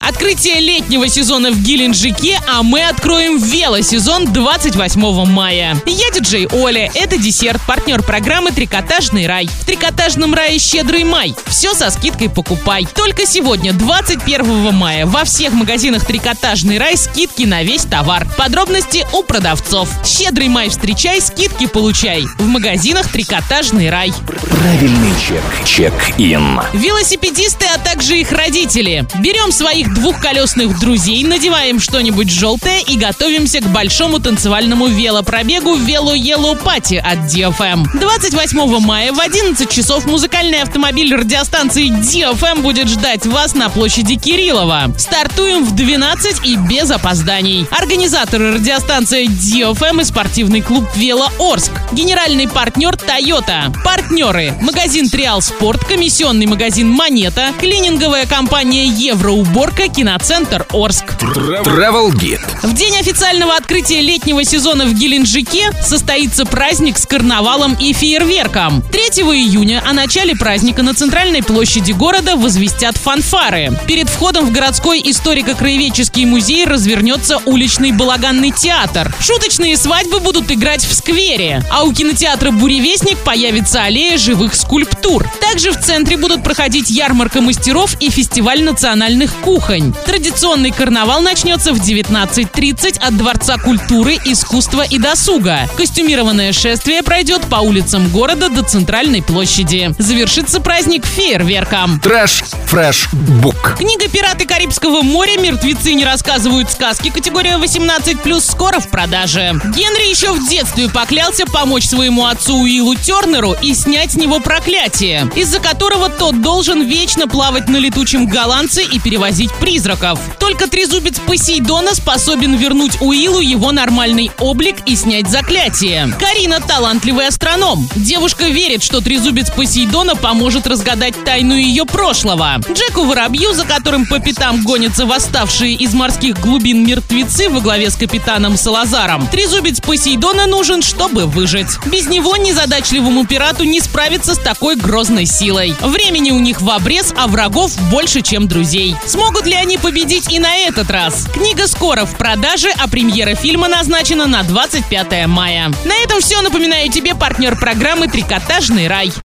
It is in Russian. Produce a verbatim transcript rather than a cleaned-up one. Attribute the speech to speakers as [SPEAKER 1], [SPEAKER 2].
[SPEAKER 1] Открытие летнего сезона в Геленджике, а мы откроем велосезон двадцать восьмого мая. Я диджей Оля, это десерт, партнер программы «Трикотажный рай». В «Трикотажном рае» щедрый май. Все со скидкой покупай. Только сегодня, двадцать первого мая, во всех магазинах «Трикотажный рай» скидки на весь товар. Подробности у продавцов. Щедрый май встречай, скидки получай. В магазинах «Трикотажный рай».
[SPEAKER 2] Правильный чек. Чек-ин.
[SPEAKER 1] Велосипедисты, а также их родители. Берем своих двухколесных друзей, надеваем что-нибудь желтое и готовимся к большому танцевальному велопробегу «Вело Yellow Party» от ди эф эм. двадцать восьмого мая в одиннадцать часов музыкальный автомобиль радиостанции ди эф эм будет ждать вас на площади Кириллова. Стартуем в двенадцать и без опозданий. Организаторы — радиостанция ди эф эм и спортивный клуб «Вело Орск». Генеральный партнер «Тойота». Партнеры — магазин «Триал Спорт», комиссионный магазин «Монета», клининговая компания «Евроуборка», киноцентр «Орск».
[SPEAKER 2] Travel Guide.
[SPEAKER 1] В день официального открытия летнего сезона в Геленджике состоится праздник с карнавалом и фейерверком. третьего июня о начале праздника на центральной площади города возвестят фанфары. Перед входом в городской историко-краеведческий музей развернется уличный балаганный театр. Шуточные свадьбы будут играть в сквере, а у кинотеатра «Буревестник» появится аллея живых скульптур. Также в центре будут проходить ярмарка мастеров и фестиваль национальных кухонь. Традиционный карнавал начнется в девятнадцать тридцать от Дворца культуры, искусства и досуга. Костюмированное шествие пройдет по улицам города до центральной площади. Завершится праздник фейерверком.
[SPEAKER 2] Трэш Фрэш Бук.
[SPEAKER 1] Книга «Пираты Карибского моря. Мертвецы не рассказывают сказки». Категория восемнадцать плюс скоро в продаже. Генри еще в детстве поклялся помочь своему отцу Уиллу Тернеру и снять с него проклятие, из-за которого тот должен вечно плавать на летучем голландце и перевозить призраков. Только трезубец Посейдона способен вернуть Уиллу его нормальный облик и снять заклятие. Карина — талантливый астроном. Девушка верит, что трезубец Посейдона поможет разгадать тайну ее прошлого. Джеку Воробью, за которым по пятам гонятся восставшие из морских глубин мертвецы во главе с капитаном Салазаром, трезубец Посейдона нужен, чтобы выжить. Без него незадачливому пирату не справиться с такой грозной силой. Времени у них в обрез, а врагов больше, чем друзей. Смогут ли они победить и на этот раз? Книга скоро в продаже, а премьера фильма назначена на двадцать пятое мая. На этом все. Напоминаю тебе партнер программы «Трикотажный рай».